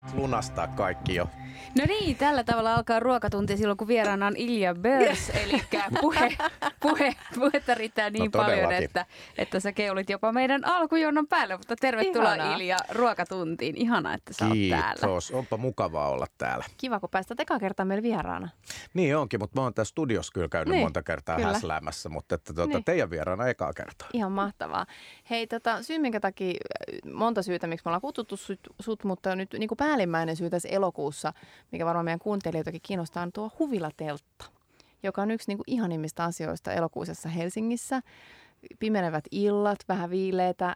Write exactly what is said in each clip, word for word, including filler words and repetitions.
lunastaa kaikki jo. No niin, tällä tavalla alkaa ruokatunti silloin, kun vieraana on Ilja Börs, eli puhe, puhe, puhetta riittää niin no, paljon, että, että sä keulit jopa meidän alkujonon päälle, mutta tervetuloa Ihanaa. Ilja ruokatuntiin. Ihanaa, että sä Kiitos. oot täällä. Kiitos, onpa mukavaa olla täällä. Kiva, kun päästät ekaa kertaa meillä vieraana. Niin onkin, mutta mä oon tässä studiossa kyllä käynyt niin, monta kertaa kyllä. häsläämässä, mutta että tuota, niin. teidän vieraana ekaa kertaa. Ihan mahtavaa. Hei, tota, syy minkä takia, monta syytä, miksi me ollaan kutsuttu sut, sut mutta nyt niin kuin päällimmäinen syy tässä elokuussa, mikä varmaan meidän kuuntelijoitakin kiinnostaa, on tuo huvilateltta, joka on yksi niin kuin ihanimmista asioista elokuusessa Helsingissä. Pimenevät illat, vähän viileitä,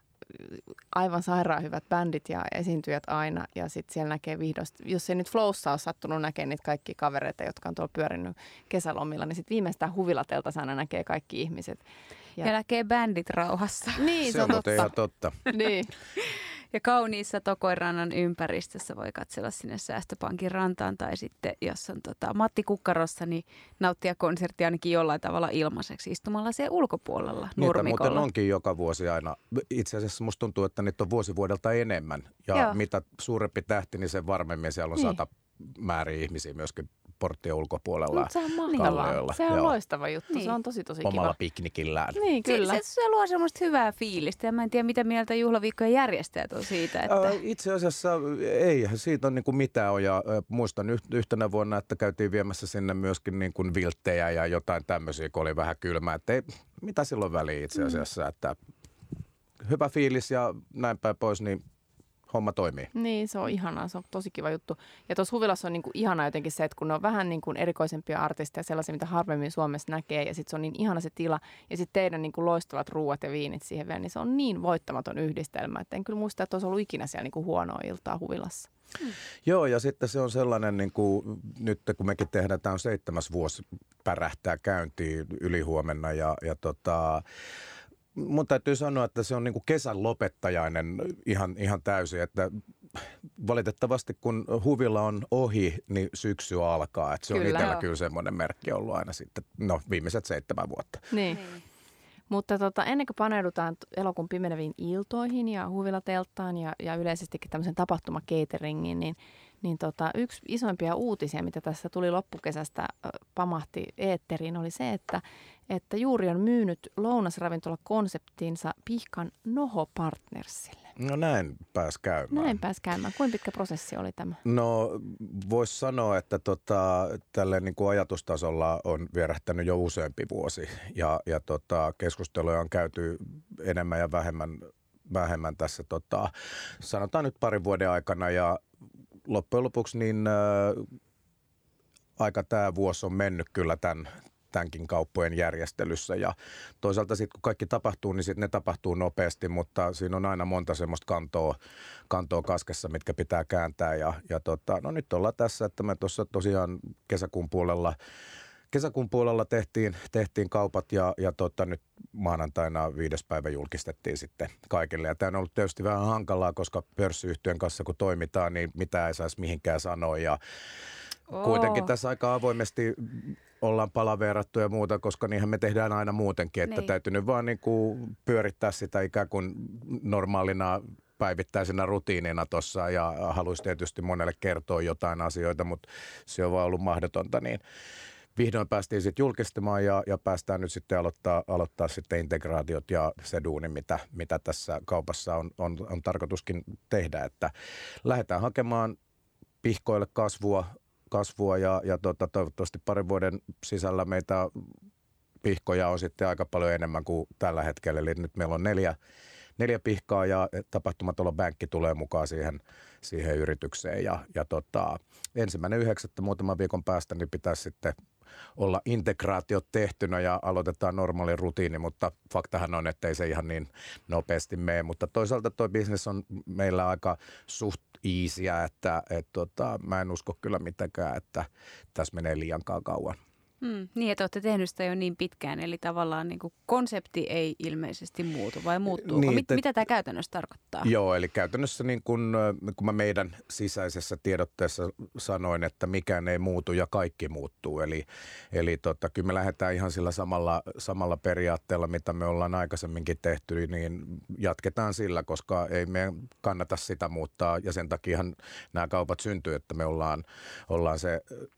aivan sairaan hyvät bändit ja esiintyjät aina. Ja sitten siellä näkee vihdosta, jos ei nyt Flowssa ole sattunut näkemään niitä kaikki kavereita, jotka on tuolla pyörinyt kesälomilla, niin sitten viimeistään huvilatelta aina näkee kaikki ihmiset. Ja, ja näkee bändit rauhassa. Niin, se, se on totta. ihan totta. Niin. Ja kauniissa Tokoirannan ympäristössä voi katsella sinne Säästöpankin rantaan tai sitten, jos on tota Matti Kukkarossa, niin nauttia konserttia ainakin jollain tavalla ilmaiseksi istumalla siellä ulkopuolella nurmikolla. Niitä muuten onkin joka vuosi aina. Itse asiassa musta tuntuu, että niitä on vuosi vuodelta enemmän. Ja Joo. mitä suurempi tähti, niin sen varmemmin siellä on niin. sata määriä ihmisiä myöskin porttien ulkopuolella. Mutta se on mahtavaa. Se on Joo. loistava juttu. Niin. Se on tosi tosi kiva. Omalla piknikillään. Niin, kyllä. Se, se, se luo semmoista hyvää fiilistä ja mä en tiedä, mitä mieltä juhlaviikkojen järjestäjät on siitä. Että... Itse asiassa ei. Siitä on niin kuin mitään ole. Ja muistan yhtenä vuonna, että käytiin viemässä sinne myöskin niin kuin vilttejä ja jotain tämmöisiä, kun oli vähän kylmää. Että ei, mitä silloin väliin itse asiassa. Mm. Että hyvä fiilis ja näin päin pois, niin homma toimii. Niin, se on ihanaa. Se on tosi kiva juttu. Ja tuossa huvilassa on niinku ihanaa jotenkin se, että kun ne on vähän niinku erikoisempia artisteja, sellaisia, mitä harvemmin Suomessa näkee, ja sitten se on niin ihana se tila, ja sitten teidän niinku loistavat ruuat ja viinit siihen vielä, niin se on niin voittamaton yhdistelmä, että en kyllä muista, että olisi ollut ikinä siellä niinku huonoa iltaa huvilassa. Hmm. Joo, ja sitten se on sellainen, niin kuin, nyt kun mekin tehdään, tämä on seitsemäs vuosi pärähtää käyntiin ylihuomenna, ja, ja tota... Mun täytyy sanoa, että se on niin kuin kesän lopettajainen ihan, ihan täysin, että valitettavasti kun huvilla on ohi, niin syksy alkaa. Että se kyllä, on itsellä kyllä semmoinen merkki ollut aina sitten, no viimeiset seitsemän vuotta. Niin. niin. Mutta tota, ennen kuin paneudutaan elokuun pimeneviin iltoihin ja huvilatelttaan ja, ja yleisestikin tämmöisen tapahtumacateringin, niin, niin tota, yksi isoimpia uutisia, mitä tässä tuli loppukesästä, pamahti eetteriin, oli se, että, että Juuri on myynyt lounasravintolakonseptinsa Pihkan Noho Partnersille. No näin pääs käymään. Näin pääs käymään. Kuinka pitkä prosessi oli tämä? No voisi sanoa, että tota, tälle niin kuin ajatustasolla on vierähtänyt jo useampi vuosi ja, ja tota, keskusteluja on käyty enemmän ja vähemmän, vähemmän tässä tota, sanotaan nyt parin vuoden aikana ja loppujen lopuksi niin äh, aika tämä vuosi on mennyt kyllä tämän tämänkin kauppojen järjestelyssä ja toisaalta sitten kun kaikki tapahtuu, niin sitten ne tapahtuu nopeasti, mutta siinä on aina monta semmoista kantoa, kantoa kaskessa, mitkä pitää kääntää ja, ja tota, no nyt ollaan tässä, että me tuossa tosiaan kesäkuun puolella Kesäkuun puolella tehtiin, tehtiin kaupat ja, ja tota, nyt maanantaina viides päivä julkistettiin sitten kaikille. Ja tämä on ollut tietysti vähän hankalaa, koska pörssiyhtiön kanssa kun toimitaan, niin mitä ei saisi mihinkään sanoa. Ja oh. kuitenkin tässä aika avoimesti ollaan palaveerattu ja muuta, koska niinhän me tehdään aina muutenkin. Että niin. täytyy nyt vaan niin kuin pyörittää sitä ikään kuin normaalina päivittäisenä rutiinina tuossa ja haluaisi tietysti monelle kertoa jotain asioita, mutta se on vaan ollut mahdotonta niin. Vihdoin päästiin sitten julkistamaan ja, ja päästään nyt sitten aloittaa, aloittaa sitten integraatiot ja se duuni, mitä, mitä tässä kaupassa on, on, on tarkoituskin tehdä. Että lähdetään hakemaan pihkoille kasvua, kasvua ja, ja tota, toivottavasti parin vuoden sisällä meitä pihkoja on sitten aika paljon enemmän kuin tällä hetkellä. Eli nyt meillä on neljä, neljä pihkaa ja tapahtumatalon bänkki tulee mukaan siihen, siihen yritykseen. Ja, ja tota, ensimmäinen yhdeksättä muutaman viikon päästä niin pitäisi sitten olla integraatiot tehtynä ja aloitetaan normaali rutiini, mutta faktahan on, että ei se ihan niin nopeasti mene. Mutta toisaalta tuo business on meillä aika suht easyä, että et tota, mä en usko kyllä mitenkään, että tässä menee liiankaan kauan. Mm, niin, että olette tehnyt sitä jo niin pitkään, eli tavallaan niin kuin konsepti ei ilmeisesti muutu, vai muuttuuko? Niin, Mit, te... mitä tämä käytännössä tarkoittaa? Joo, eli käytännössä niin kun, kun mä meidän sisäisessä tiedotteessa sanoin, että mikään ei muutu ja kaikki muuttuu. Eli, eli tota, kyllä me lähdetään ihan sillä samalla, samalla periaatteella, mitä me ollaan aikaisemminkin tehty, niin jatketaan sillä, koska ei me kannata sitä muuttaa ja sen takiahan nämä kaupat syntyy, että me ollaan, ollaan se...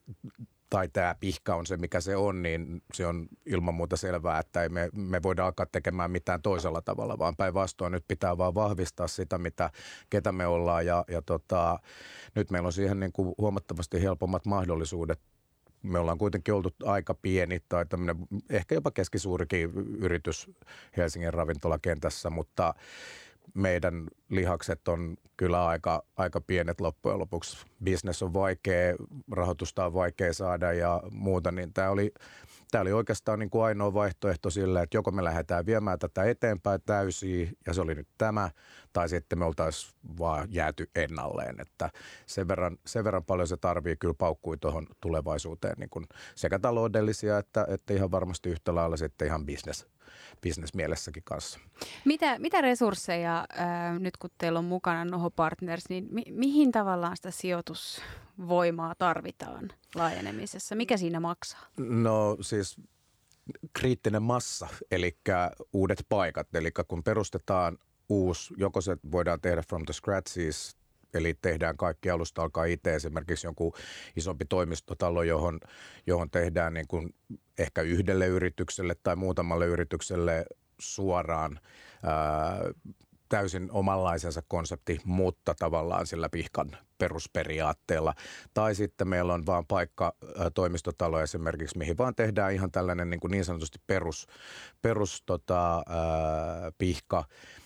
tai tämä pihka on se, mikä se on, niin se on ilman muuta selvää, että ei me, me voida alkaa tekemään mitään toisella tavalla, vaan päinvastoin nyt pitää vaan vahvistaa sitä, mitä, ketä me ollaan ja, ja tota, nyt meillä on siihen niin kuin huomattavasti helpommat mahdollisuudet. Me ollaan kuitenkin oltu aika pieni tai tämmöinen ehkä jopa keskisuurikin yritys Helsingin ravintolakentässä, mutta meidän lihakset on kyllä aika, aika pienet loppujen lopuksi. Business on vaikea, rahoitusta on vaikea saada ja muuta, niin tämä oli, tämä oli oikeastaan niin kuin ainoa vaihtoehto sille, että joko me lähdetään viemään tätä eteenpäin täysin ja se oli nyt tämä, tai sitten me oltaisiin vaan jääty ennalleen. Että sen verran, sen verran paljon se tarvii kyllä paukkui tuohon tulevaisuuteen niin kuin sekä taloudellisia että, että ihan varmasti yhtä lailla sitten ihan business. bisnesmielessäkin kanssa. Mitä, mitä resursseja ää, nyt kun teillä on mukana Noho Partners, niin mi, mihin tavallaan sitä sijoitusvoimaa tarvitaan laajenemisessa? Mikä siinä maksaa? No siis kriittinen massa, eli uudet paikat. Eli kun perustetaan uusi, joko se voidaan tehdä from the scratch, siis eli tehdään kaikki alusta alkaa itse, esimerkiksi jonkun isompi toimistotalo, johon, johon tehdään niin kuin ehkä yhdelle yritykselle tai muutamalle yritykselle suoraan ää, täysin omanlaisensa konsepti, mutta tavallaan sillä pihkan perusperiaatteella. Tai sitten meillä on vaan paikka ää, toimistotalo esimerkiksi, mihin vaan tehdään ihan tällainen niin, kuin niin sanotusti perus, perus tota, ää, pihka.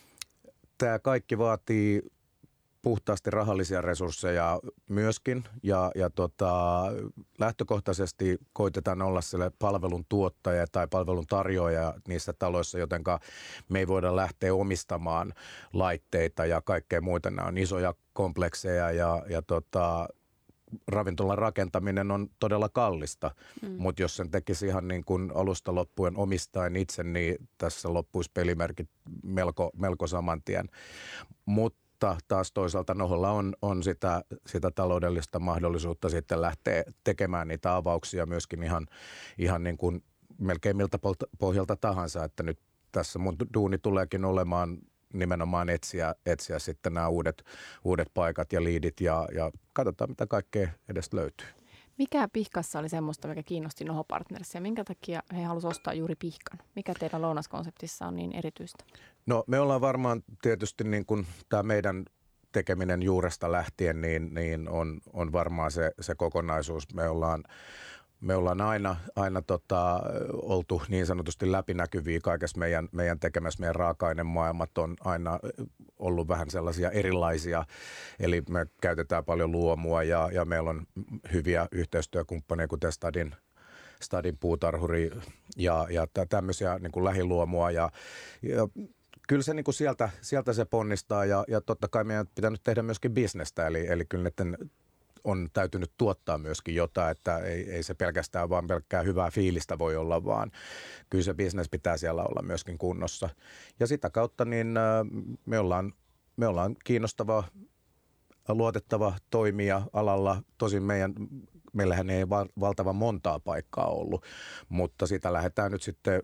Tämä kaikki vaatii puhtaasti rahallisia resursseja myöskin ja, ja tota, lähtökohtaisesti koitetaan olla sille palvelun tuottaja tai palvelun tarjoaja niissä taloissa, jotenka me ei voida lähteä omistamaan laitteita ja kaikkea muita. Nämä on isoja komplekseja ja, ja tota, ravintolan rakentaminen on todella kallista, mm. mutta jos sen tekisi ihan niin kuin alusta loppuen omistaen itse, niin tässä loppuisi pelimerkit melko, melko saman tien. Mutta taas toisaalta Noholla on, on sitä, sitä taloudellista mahdollisuutta sitten lähteä tekemään niitä avauksia myöskin ihan, ihan niin kuin melkein miltä pohjalta tahansa, että nyt tässä mun duuni tuleekin olemaan nimenomaan etsiä, etsiä sitten nämä uudet, uudet paikat ja liidit ja, ja katsotaan mitä kaikkea edes löytyy. Mikä pihkassa oli semmoista, mikä kiinnosti Noho Partnersia? Minkä takia he halusivat ostaa juuri pihkan? Mikä teidän lounaskonseptissa on niin erityistä? No me ollaan varmaan tietysti niin kuin tämä meidän tekeminen juuresta lähtien, niin, niin on, on varmaan se, se kokonaisuus. Me ollaan, me ollaan aina, aina tota, oltu niin sanotusti läpinäkyviä kaikessa meidän, meidän tekemässä. Meidän raaka-ainemaailmat on aina ollut vähän sellaisia erilaisia, eli me käytetään paljon luomua ja, ja meillä on hyviä yhteistyökumppaneja, kuten Stadin, Stadin puutarhuri ja, ja tämmöisiä niin kuin lähiluomua ja, ja kyllä se niin kuin sieltä, sieltä se ponnistaa ja, ja totta kai meidän pitää nyt tehdä myöskin bisnestä, eli, eli kyllä näiden on täytynyt tuottaa myöskin jotain, että ei, ei se pelkästään vaan pelkkää hyvää fiilistä voi olla, vaan kyllä se business pitää siellä olla myöskin kunnossa. Ja sitä kautta niin me ollaan, me ollaan kiinnostava, luotettava toimija alalla. Tosin meidän, meillähän ei valtavan montaa paikkaa ollut, mutta sitä lähdetään nyt sitten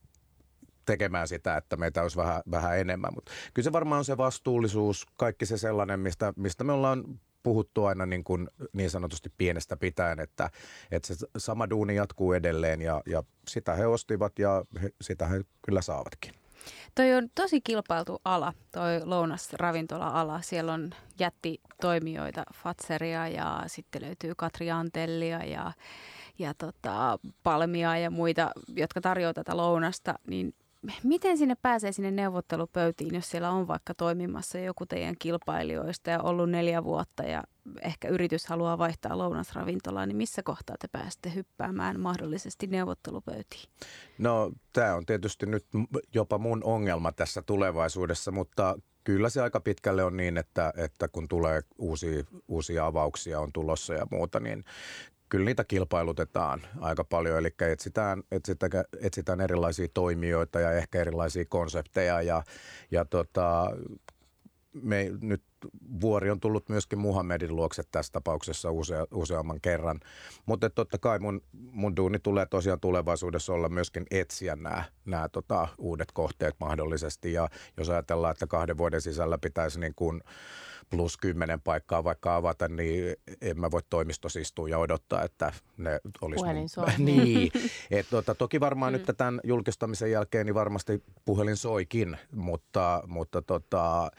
tekemään sitä, että meitä olisi vähän, vähän enemmän. Mutta kyllä se varmaan on se vastuullisuus, kaikki se sellainen, mistä, mistä me ollaan puhuttu aina niin, kuin niin sanotusti pienestä pitäen, että, että se sama duuni jatkuu edelleen ja, ja sitä he ostivat ja he, sitä he kyllä saavatkin. Toi on tosi kilpailtu ala, toi lounasravintola-ala. Siellä on jättitoimijoita, Fatseria ja sitten löytyy Katri Antellia ja, ja tota, Palmia ja muita, jotka tarjoavat tätä lounasta, niin miten sinne pääsee sinne neuvottelupöytiin, jos siellä on vaikka toimimassa joku teidän kilpailijoista ja ollut neljä vuotta ja ehkä yritys haluaa vaihtaa lounasravintolaa, niin missä kohtaa te pääsette hyppäämään mahdollisesti neuvottelupöytiin? No tämä on tietysti nyt jopa mun ongelma tässä tulevaisuudessa, mutta kyllä se aika pitkälle on niin, että, että kun tulee uusia, uusia avauksia on tulossa ja muuta, niin kyllä niitä kilpailutetaan aika paljon, eli etsitään, etsitään, etsitään erilaisia toimijoita ja ehkä erilaisia konsepteja ja, ja tota, me nyt vuori on tullut myöskin Muhammedin luokse tässä tapauksessa usea, useamman kerran, mutta totta kai mun, mun duuni tulee tosiaan tulevaisuudessa olla myöskin etsiä nämä, nämä tota, uudet kohteet mahdollisesti ja jos ajatellaan, että kahden vuoden sisällä pitäisi niin kuin plus kymmenen paikkaa vaikka avata, niin en mä voi toimistossa istua ja odottaa, että ne olisi... Puhelin soi. Niin. Et, tota, toki varmaan mm. nyt tämän julkistamisen jälkeen niin varmasti puhelin soikin, mutta, mutta tota,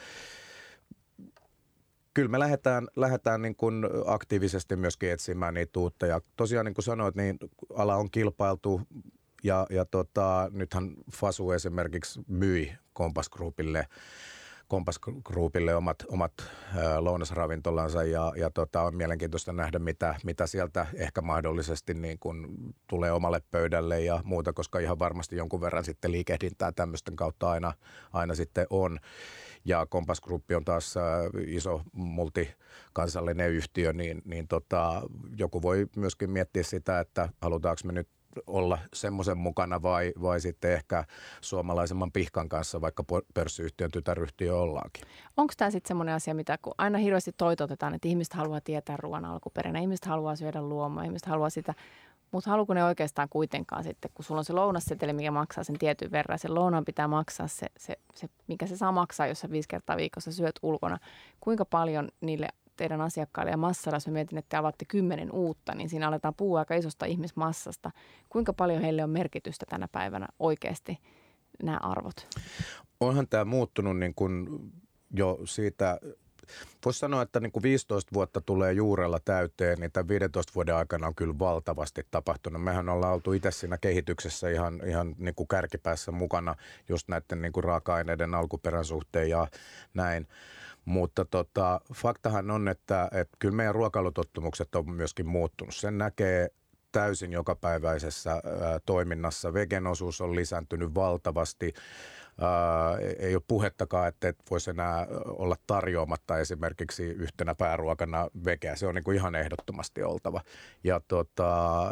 kyllä me lähdetään, lähdetään niin kuin aktiivisesti myöskin etsimään niitä uutta. Ja tosiaan niin kuin sanoit, niin ala on kilpailtu ja, ja tota, nythän Fasu esimerkiksi myi Compass Groupille Compass Groupille omat, omat ää, lounasravintolansa ja, ja tota, on mielenkiintoista nähdä, mitä, mitä sieltä ehkä mahdollisesti niin kun tulee omalle pöydälle ja muuta, koska ihan varmasti jonkun verran sitten liikehdintää tämmöisten kautta aina, aina sitten on. Ja Compass Group on taas ää, iso multikansallinen yhtiö, niin, niin tota, joku voi myöskin miettiä sitä, että halutaanko me nyt olla semmoisen mukana vai, vai sitten ehkä suomalaisemman pihkan kanssa, vaikka pörssiyhtiön tytäryhtiö ollaankin. Onko tämä sitten semmoinen asia, mitä kun aina hirveästi toitotetaan, että ihmiset haluaa tietää ruoan alkuperänä, ihmiset haluaa syödä luomua, ihmiset haluaa sitä, mutta haluuko ne oikeastaan kuitenkaan sitten, kun sulla on se lounasseteli, mikä maksaa sen tietyn verran, sen lounaan pitää maksaa se, se, se, mikä se saa maksaa, jos sä viisi kertaa viikossa syöt ulkona. Kuinka paljon niille teidän asiakkaille ja massalla, jos mä mietin, että te avaatte kymmenen uutta, niin siinä aletaan puhua aika isosta ihmismassasta. Kuinka paljon heille on merkitystä tänä päivänä oikeasti nämä arvot? Onhan tämä muuttunut niin kuin jo siitä, voisi sanoa, että niin kuin viisitoista vuotta tulee juurella täyteen, niin tämän viidentoista vuoden aikana on kyllä valtavasti tapahtunut. Mehän ollaan oltu itse siinä kehityksessä ihan, ihan niin kuin kärkipäässä mukana just näiden niin kuin raaka-aineiden alkuperän suhteen ja näin. Mutta tota, faktahan on, että, että kyllä meidän ruokailutottumukset on myöskin muuttunut. Sen näkee täysin jokapäiväisessä ää, toiminnassa. Vegen osuus on lisääntynyt valtavasti. Ää, ei ole puhettakaan, että et voisi enää olla tarjoamatta esimerkiksi yhtenä pääruokana vegeä. Se on niin kuin ihan ehdottomasti oltava. Ja tota,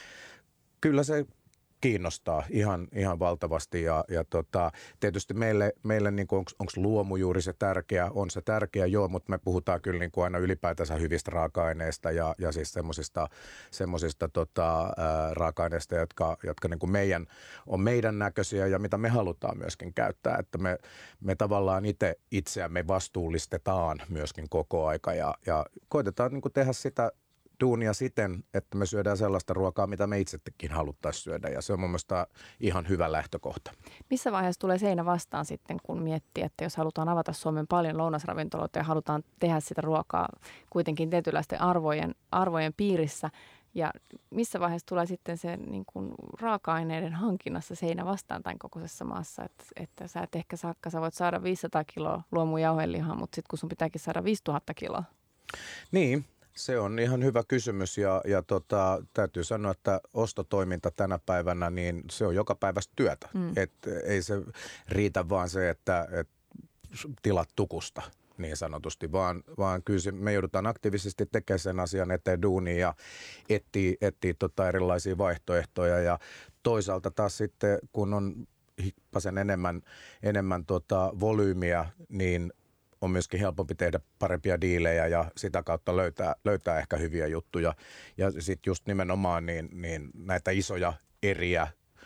kyllä se kiinnostaa ihan, ihan valtavasti ja, ja tota, tietysti meille, meille niin onko luomu juuri se tärkeä, on se tärkeä joo, mutta me puhutaan kyllä niin kuin aina ylipäätänsä hyvistä raaka-aineista ja, ja siis semmoisista semmosista, tota, ää, raaka-aineista, jotka, jotka niin kuin meidän, on meidän näköisiä ja mitä me halutaan myöskin käyttää, että me, me tavallaan itse itseämme vastuullistetaan myöskin koko aika ja, ja koitetaan niin kuin tehdä sitä duunia siten, että me syödään sellaista ruokaa, mitä me itsekin haluttaisiin syödä ja se on mun mielestä ihan hyvä lähtökohta. Missä vaiheessa tulee seinä vastaan sitten, kun miettii, että jos halutaan avata Suomen paljon lounasravintoloita ja halutaan tehdä sitä ruokaa kuitenkin tietynlaisten arvojen, arvojen piirissä ja missä vaiheessa tulee sitten se niin kuin raaka-aineiden hankinnassa seinä vastaan tämän kokoisessa maassa, että, että sä et ehkä saakka, sä voit saada viisisataa kiloa luomujauhelihaa, mutta sitten kun sun pitääkin saada viisituhatta kiloa. Niin. Se on ihan hyvä kysymys ja, ja tota, täytyy sanoa, että ostotoiminta tänä päivänä, niin se on joka päivästä työtä. Mm. Et ei se riitä vaan se, että et tilat tukusta niin sanotusti, vaan, vaan kyllä me joudutaan aktiivisesti tekemään sen asian eteen duunia ja etsiä, etsiä tota erilaisia vaihtoehtoja ja toisaalta taas sitten, kun on hippasen enemmän, enemmän tota volyymiä, niin on myöskin helpompi tehdä parempia diilejä ja sitä kautta löytää, löytää ehkä hyviä juttuja. Ja sitten just nimenomaan niin, niin näitä isoja eriä.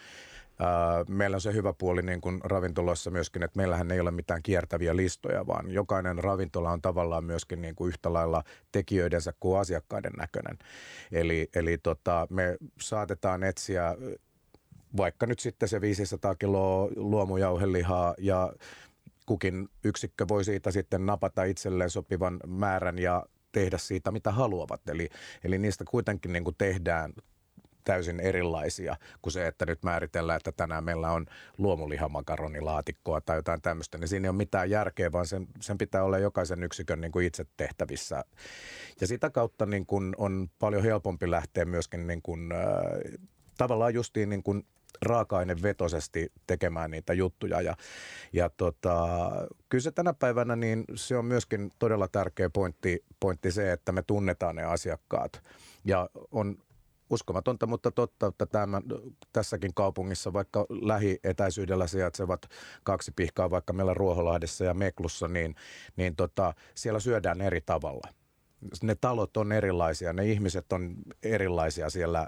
Ää, meillä on se hyvä puoli niin kuin ravintoloissa myöskin, että meillähän ei ole mitään kiertäviä listoja, vaan jokainen ravintola on tavallaan myöskin niin kuin yhtä lailla tekijöidensä kuin asiakkaiden näköinen. Eli, eli tota, me saatetaan etsiä vaikka nyt sitten se viisisataa kiloa luomujauhelihaa ja kukin yksikkö voi siitä sitten napata itselleen sopivan määrän ja tehdä siitä mitä haluavat. Eli, eli niistä kuitenkin niin kuin tehdään täysin erilaisia kuin se, että nyt määritellään, että tänään meillä on luomulihamakaroniilaatikkoa tai jotain tämmöistä. Niin siinä ei ole mitään järkeä, vaan sen, sen pitää olla jokaisen yksikön niin kuin itse tehtävissä. Ja sitä kautta niin kuin on paljon helpompi lähteä myöskin niin kuin, äh, tavallaan justiin niin kuin raaka-ainevetoisesti tekemään niitä juttuja. Ja, ja tota, kyllä se tänä päivänä niin se on myöskin todella tärkeä pointti, pointti se, että me tunnetaan ne asiakkaat. Ja on uskomatonta, mutta totta, että tämän, tässäkin kaupungissa vaikka lähietäisyydellä sijaitsevat kaksi pihkaa, vaikka meillä Ruoholahdessa ja Meklussa, niin, niin tota, siellä syödään eri tavalla. Ne talot on erilaisia, ne ihmiset on erilaisia siellä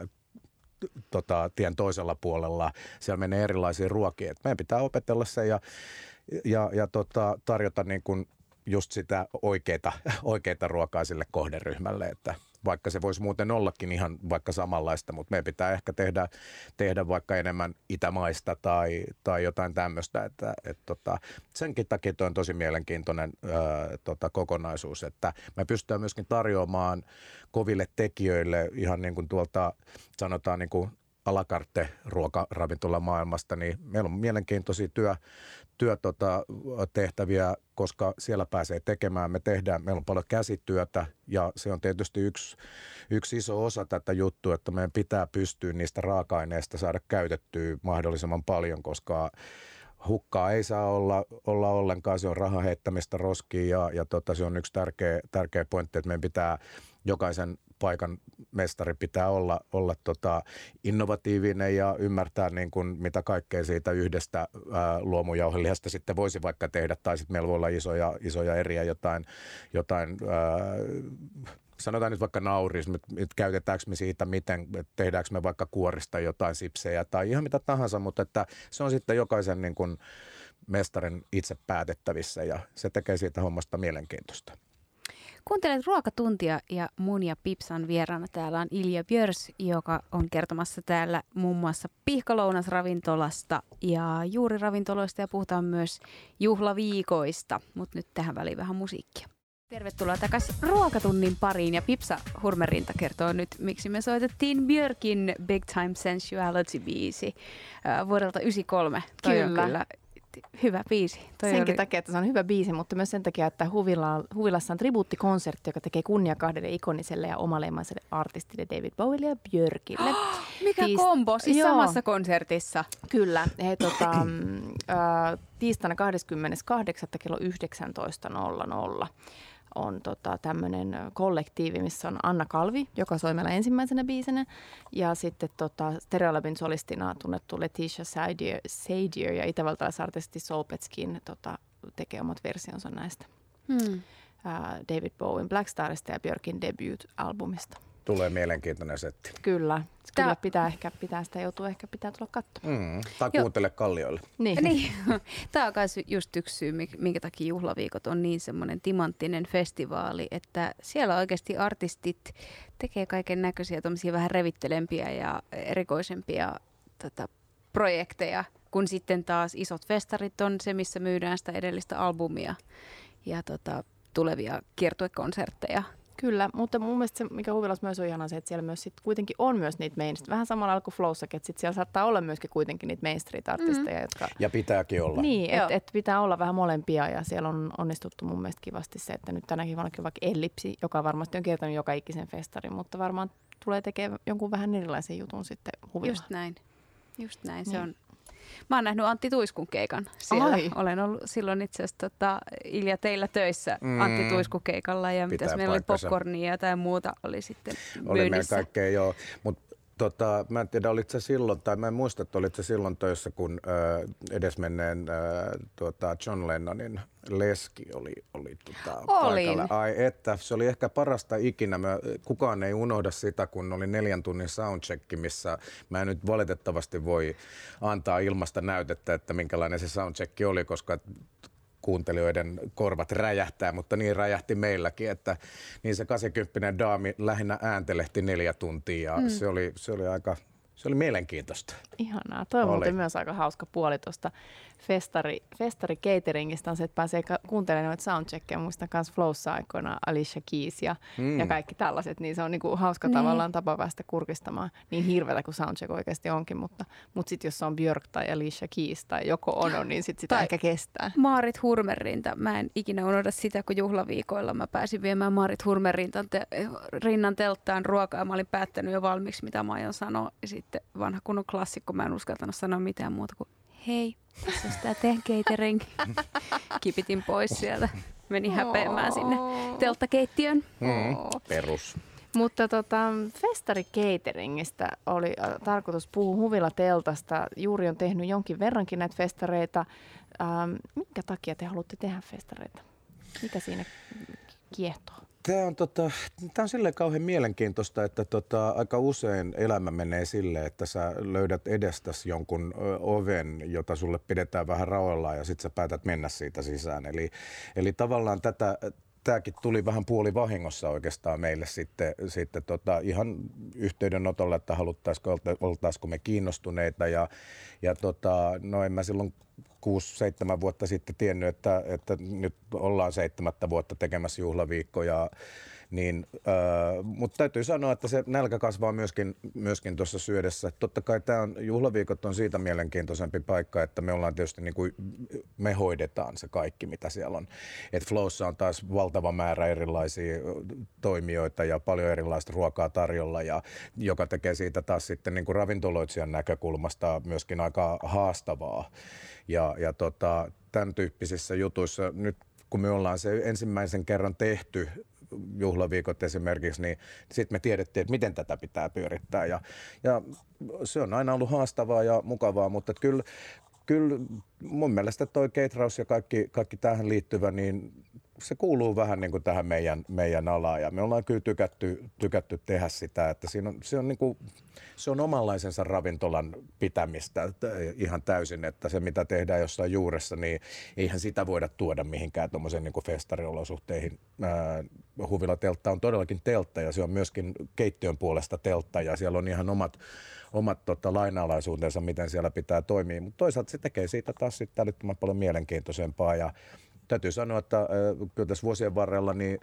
tota, tien toisella puolella. Siellä menee erilaisia ruokia. Et meidän pitää opetella se ja, ja, ja tota, tarjota niin kuin just sitä oikeita, oikeita ruokaa sille kohderyhmälle, että vaikka se voisi muuten ollakin ihan vaikka samanlaista, mutta meidän pitää ehkä tehdä, tehdä vaikka enemmän itämaista tai, tai jotain tämmöistä. Että, et tota, senkin takia tuo on tosi mielenkiintoinen ää, tota, kokonaisuus, että me pystytään myöskin tarjoamaan koville tekijöille ihan niin kuin tuolta sanotaan niin kuin a la carte ruokaravintolamaailmasta, niin meillä on mielenkiintoisia työ, työ tota, tehtäviä, koska siellä pääsee tekemään. Me tehdään, meillä on paljon käsityötä ja se on tietysti yksi, yksi iso osa tätä juttua, että meidän pitää pystyä niistä raaka-aineista saada käytettyä mahdollisimman paljon, koska hukkaa ei saa olla, olla ollenkaan, se on rahan heittämistä roskiin ja, ja tota, se on yksi tärkeä, tärkeä pointti, että meidän pitää jokaisen paikan mestari pitää olla, olla tota innovatiivinen ja ymmärtää niin kuin mitä kaikkea siitä yhdestä ää, luomujauhelihasta sitten voisi vaikka tehdä. Tai sitten meillä voi olla isoja, isoja eriä jotain, jotain ää, sanotaan nyt vaikka nauris, että käytetäänkö me siitä miten, tehdäänkö me vaikka kuorista jotain sipsejä tai ihan mitä tahansa, mutta että se on sitten jokaisen niin kuin mestarin itse päätettävissä ja se tekee siitä hommasta mielenkiintoista. Kuuntelet Ruokatuntia ja mun ja Pipsan vieraana täällä on Ilja Björs, joka on kertomassa täällä muun muassa Pihkalounasravintolasta ja juuriravintoloista ja puhutaan myös juhlaviikoista, mutta nyt tähän väliin vähän musiikkia. Tervetuloa takaisin Ruokatunnin pariin ja Pipsa Hurmerinta kertoo nyt, miksi me soitettiin Björkin Big Time Sensuality-biisi äh, vuodelta yhdeksänkymmentäkolme. Toi kyllä. On kyllä hyvä biisi. Toi Senkin oli... takia, että se on hyvä biisi, mutta myös sen takia, että Huvila, Huvilassa on tribuuttikonsertti, joka tekee kunnia kahdelle ikoniselle ja omaleimaiselle artistille David Bowielle ja Björkille. Oh, mikä Tiist... kombo, siis Joo. samassa konsertissa. Kyllä. He, tota, äh, tiistaina kahdeskymmeneskahdeksas kello yhdeksäntoista nolla nolla on tota, tämmöinen kollektiivi, missä on Anna Kalvi, joka soi meillä ensimmäisenä biisenä, ja sitten tota, Stereolabin solistina tunnettu Letitia Sadier, Sadier ja itävaltalaisartisti Soulpetskin tota, tekee omat versionsa näistä hmm. ää, David Bowen Black Starista ja Björkin debut-albumista. Tulee mielenkiintoinen setti. Kyllä. Tää... Kyllä pitää ehkä pitää sitä joutua ehkä pitää tulla katsomaan. Mm, tai kuuntele kallioille. Niin. niin. Tämä on myös just yksi syy, minkä takia juhlaviikot on niin semmoinen timanttinen festivaali, että siellä oikeasti artistit tekee kaiken näköisiä tommosia vähän revittelempiä ja erikoisempia tota, projekteja, kun sitten taas isot festarit on se, missä myydään sitä edellistä albumia ja tota, tulevia kiertuekonsertteja. Kyllä, mutta mun mielestä se, mikä Huvilassa myös on ihanaa, se, että siellä myös sit kuitenkin on myös niitä mainstreet. Vähän samalla lailla kuin Flowssakin, että sit siellä saattaa olla myöskin kuitenkin niitä mainstreet-artisteja, mm. jotka... Ja pitääkin olla. Niin, että et pitää olla vähän molempia ja siellä on onnistuttu mun mielestä kivasti se, että nyt tänäkin vuonnakin vaikka Ellipsi, joka varmasti on kiertänyt joka ikisen festarin, mutta varmaan tulee tekemään jonkun vähän erilaisen jutun sitten Huvilla. Just näin, just näin, niin. Se on. Mä oon nähnyt Antti Tuiskun keikan siellä. Ai. Olen ollut silloin itse asiassa tota, Ilja teillä töissä mm. Antti Tuiskun keikalla ja mitäs meillä paikkansa. Oli popcornia ja jotain muuta oli sitten myynnissä. Oli meidän kaikkea joo, mutta tota, mä en tiedä olit sä silloin, tai mä en muista, että olit sä silloin töissä, kun äh, edesmenneen äh, tuota John Lennonin leski oli, oli tota, paikalla. Ai että, se oli ehkä parasta ikinä. Mä, kukaan ei unohda sitä, kun oli neljän tunnin soundcheck, missä mä en nyt valitettavasti voi antaa ilmasta näytettä, että minkälainen se soundcheck oli, koska kuuntelijoiden korvat räjähtää, mutta niin räjähti meilläkin, että niin se kahdeksankymppinen daami lähinnä ääntelehti neljä tuntia ja mm. se, oli, se oli aika, se oli mielenkiintoista. Ihanaa. Toi on muuten myös aika hauska puoli tuosta festari, festari cateringista on se, että pääsee kuuntelemaan noita soundcheckia. Muistan myös Flowssa aikoina Alicia Keys ja, mm. ja kaikki tällaiset, niin se on niinku hauska niin. tavallaan tapa päästä kurkistamaan niin hirveätä kuin soundcheck oikeasti onkin, mutta, mutta sitten jos se on Björk tai Alicia Keys tai joko ono, niin sitten sitä ehkä kestää. Maarit Hurmerinta. Mä en ikinä unohda sitä, kun juhlaviikoilla mä pääsin viemään Maarit Hurmerintan te- rinnan telttaan ruokaa. Mä olin päättänyt jo valmiiksi, mitä mä aion sanoa. Sitten sitten vanha kunnon klassikko. Mä en uskaltanut sanoa mitään muuta kuin hei, tässä on sitä teidän catering. Kipitin pois sieltä. Menin häpeämään sinne telttakeittiön. Mm, perus. Mutta tota, festari cateringistä oli äh, tarkoitus puhua Huvila-teltasta. Juuri on tehnyt jonkin verrankin näitä festareita. Ähm, minkä takia te haluatte tehdä festareita? Mikä siinä kiehtoo? Tämä on, tota, tämä on silleen kauhean mielenkiintoista, että tota, aika usein elämä menee silleen, että sä löydät edestäsi jonkun ö, oven, jota sulle pidetään vähän raoillaan ja sitten sä päätät mennä siitä sisään. Eli, eli tavallaan tätä... Tämäkin tuli vähän puolivahingossa oikeastaan meille sitten, sitten tota, ihan yhteydenotolla, että haluttaisiko, oltaisiko me kiinnostuneita. Ja, ja tota, no en mä silloin kuusi seitsemän vuotta sitten tiennyt, että, että nyt ollaan seitsemättä vuotta tekemässä juhlaviikkoja. Niin, äh, mutta täytyy sanoa, että se nälkä kasvaa myöskin, myöskin tuossa syödessä. Totta kai tämä on, juhlaviikot on siitä mielenkiintoisempi paikka, että me ollaan tietysti niin kuin, me hoidetaan se kaikki, mitä siellä on. Et Flowssa on taas valtava määrä erilaisia toimijoita ja paljon erilaista ruokaa tarjolla, ja, joka tekee siitä taas sitten niin kuin ravintoloitsijan näkökulmasta myöskin aika haastavaa. Ja, ja tota, tämän tyyppisissä jutuissa, nyt kun me ollaan se ensimmäisen kerran tehty, juhlaviikot esimerkiksi, niin sitten me tiedettiin, että miten tätä pitää pyörittää. Ja, ja se on aina ollut haastavaa ja mukavaa, mutta kyllä, kyllä mun mielestä toi cateраus ja kaikki, kaikki tähän liittyvä, niin se kuuluu vähän niin kuin tähän meidän, meidän alaan. Ja me ollaan kyllä tykätty, tykätty tehdä sitä, että siinä on, se, on niin kuin, se on omanlaisensa ravintolan pitämistä ihan täysin, että se mitä tehdään jossain juuressa, niin eihän sitä voida tuoda mihinkään tuommoisen niin kuin festariolosuhteihin. Ää, Huvila-teltta on todellakin teltta ja se on myöskin keittiön puolesta teltta ja siellä on ihan omat, omat tota, lainalaisuutensa, miten siellä pitää toimia, mutta toisaalta se tekee siitä taas sitten älyttömän paljon mielenkiintoisempaa. Ja täytyy sanoa, että äh, kyllä tässä vuosien varrella niin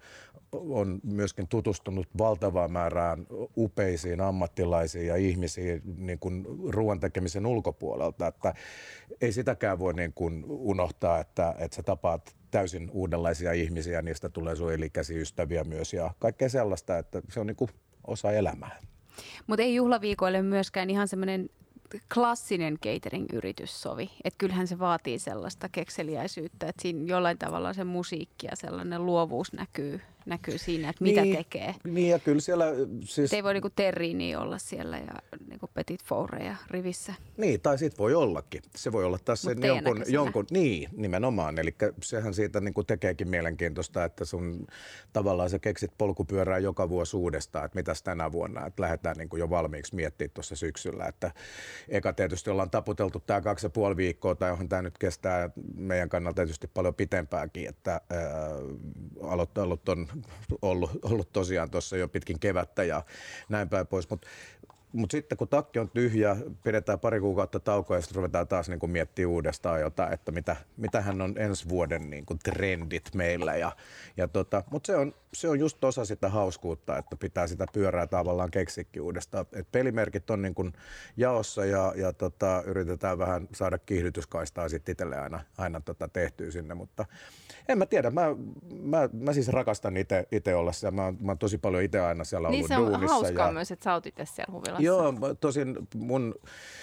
on myöskin tutustunut valtavaan määrään upeisiin ammattilaisiin ja ihmisiin niin kuin ruoan tekemisen ulkopuolelta. Että ei sitäkään voi niin kuin unohtaa, että, että sä tapaat täysin uudenlaisia ihmisiä, niistä tulee sun elikäisiä ystäviä myös ja kaikkea sellaista, että se on niin kuin osa elämää. Mutta ei juhlaviikoille myöskään ihan semmoinen klassinen catering-yritys sovi. Että kyllähän se vaatii sellaista kekseliäisyyttä, että siinä jollain tavalla se musiikki ja sellainen luovuus näkyy, näkyy siinä, että mitä niin, tekee. Niin ja kyllä siellä siis... Et ei voi niinku terriiniä olla siellä ja niinku petit foureja rivissä. Niin, tai sit voi ollakin. Se voi olla taas sen jonkun, jonkun... Niin, nimenomaan. Eli sehän siitä niinku tekeekin mielenkiintoista, että sun tavallaan sä keksit polkupyörää joka vuosi uudestaan, että mitäs tänä vuonna. Että lähdetään niinku jo valmiiksi miettimään tuossa syksyllä. Että eka tietysti ollaan taputeltu tää kaksi ja puoli viikkoa, tai johon tää nyt kestää meidän kannalta tietysti paljon pitempäänkin, että ää, aloittanut on ollut, ollut tosiaan tuossa jo pitkin kevättä ja näin päin pois. Mutta mut sitten kun takki on tyhjä, pidetään pari kuukautta taukoa ja sitten ruvetaan taas niinku miettimään uudestaan jotain, että mitä, mitähän on ensi vuoden niinku trendit meillä. Ja, ja tota, mutta se on, se on just osa sitä hauskuutta, että pitää sitä pyörää tavallaan keksikin uudestaan. Et pelimerkit on niinku jaossa ja, ja tota, yritetään vähän saada kiihdytyskaistaa sitten itselle aina, aina tota tehtyä sinne, mutta en mä tiedä. Mä, mä, mä siis rakastan itse olla siellä. Mä, mä oon tosi paljon itse aina siellä ollut duunissa. Niin se on hauskaa ja... myös, että sä oot itse siellä Huvilassa. Joo, tosin mun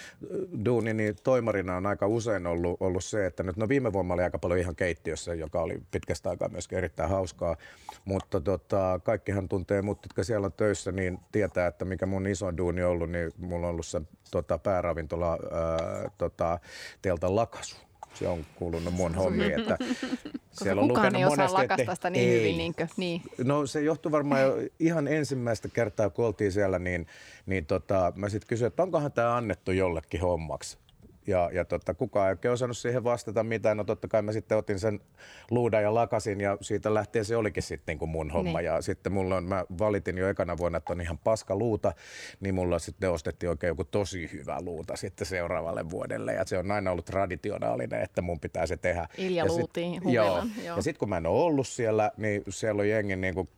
duunini toimarina on aika usein ollut, ollut se, että nyt no viime vuonna oli aika paljon ihan keittiössä, joka oli pitkästä aikaa myöskin erittäin hauskaa. Mutta tota, kaikkihan tuntee mut, jotka siellä on töissä, niin tietää, että mikä mun iso duuni on ollut, niin mulla on ollut se tota, pääravintola ää, tota, teltan lakasu. Se on kuulunut mun hommiin, että siellä on kukaan ei osaa monesti, lakastaa sitä niin ei. hyvin. Niinkö? Niin. No se johtui varmaan jo ihan ensimmäistä kertaa, kun oltiin siellä, niin, niin tota, mä sitten kysyin, että onkohan tämä annettu jollekin hommaksi. Ja, ja tota, kukaan ei oikein osannut siihen vastata mitään. No totta kai mä sitten otin sen luudan ja lakasin ja siitä lähtien se olikin sitten niin mun homma. Niin. Ja sitten mulla on, mä valitin jo ekana vuonna, että on ihan paska luuta, niin mulla sitten ostettiin oikein joku tosi hyvä luuta sitten seuraavalle vuodelle. Ja se on aina ollut traditionaalinen, että mun pitää se tehdä. Ilja ja luutiin sit, Huvilan. Joo. joo. Ja sitten kun mä en ole ollut siellä, niin siellä on jengi niin kuin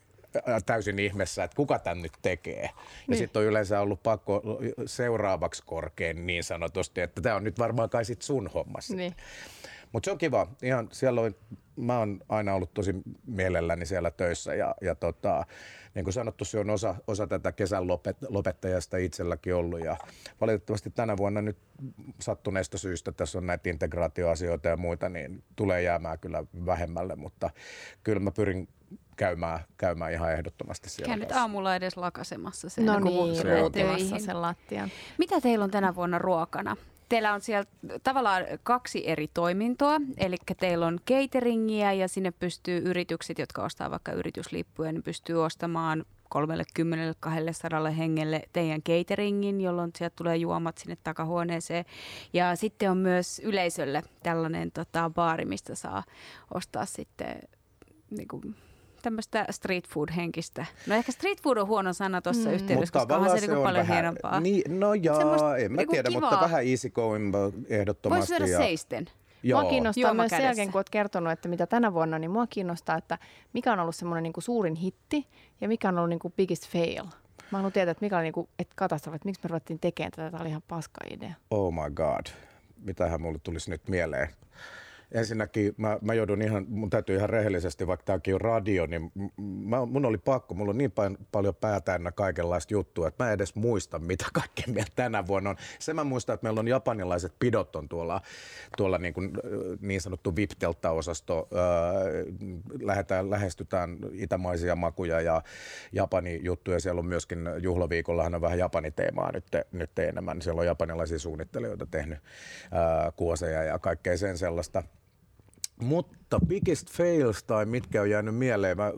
täysin ihmeessä, että kuka tän nyt tekee. Ja niin. Sitten on yleensä ollut pakko seuraavaksi korkein niin sanotusti, että tämä on nyt varmaan kai sit sun hommasi. Niin. Mutta se on kiva. Ihan siellä on, mä oon aina ollut tosi mielelläni siellä töissä ja, ja tota, niin kuin sanottu, se on osa, osa tätä kesän lopet, lopettajasta itselläkin ollut ja valitettavasti tänä vuonna nyt sattuneesta syystä tässä on näitä integraatioasioita ja muita, niin tulee jäämään kyllä vähemmälle, mutta kyllä mä pyrin käymään, käymään ihan ehdottomasti siellä. Käynyt aamulla edes lakasemassa sen. No niin, ruotimassa sen lattian. Mitä teillä on tänä vuonna ruokana? Teillä on siellä tavallaan kaksi eri toimintoa, eli teillä on cateringia ja sinne pystyy yritykset, jotka ostaa vaikka yrityslippuja, niin pystyy ostamaan kolmekymmentä kaksisataa hengelle teidän cateringin, jolloin sieltä tulee juomat sinne takahuoneeseen. Ja sitten on myös yleisölle tällainen tota, baari, mistä saa ostaa sitten niin kuin tämmöistä street food-henkistä. No ehkä street food on huono sana tuossa mm. yhteydessä, koska onhan se, se on paljon vähän hienompaa. Niin, no jaa, en mä tiedä, kivaa. Mutta vähän easy going ehdottomasti. Voisi syödä seisten. Joo. Mua kiinnostaa myös sen jälkeen, kun olet kertonut, että mitä tänä vuonna, niin mua kiinnostaa, että mikä on ollut semmoinen niin kuin suurin hitti ja mikä on ollut niin kuin biggest fail. Mä haluan tietää, että mikä oli niin kuin, että katastrofi, että miksi me ruvettiin tekemään tätä. Tämä oli ihan paska idea. Oh my god. Mitähän mulle tulisi nyt mieleen? Ensinnäkin mä, mä joudun ihan, mun täytyy ihan rehellisesti, vaikka tämäkin on radio, niin mä, mun oli pakko, mulla on niin paljon, paljon päätäynnä kaikenlaista juttua, että mä en edes muista, mitä kaikkea meillä tänä vuonna on. Se mä muistan, että meillä on japanilaiset pidot on tuolla, tuolla niin, kuin, niin sanottu V I P-teltta-osasto. Lähetään, lähestytään itämaisia makuja ja Japani juttuja. Siellä on myöskin juhlaviikollahan on vähän Japani-teemaa nyt, nyt enemmän. Siellä on japanilaisia suunnittelijoita tehnyt ää, kuoseja ja kaikkea sen sellaista. Mutta biggest fails tai mitkä on jäänyt mieleen, mä,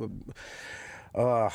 uh,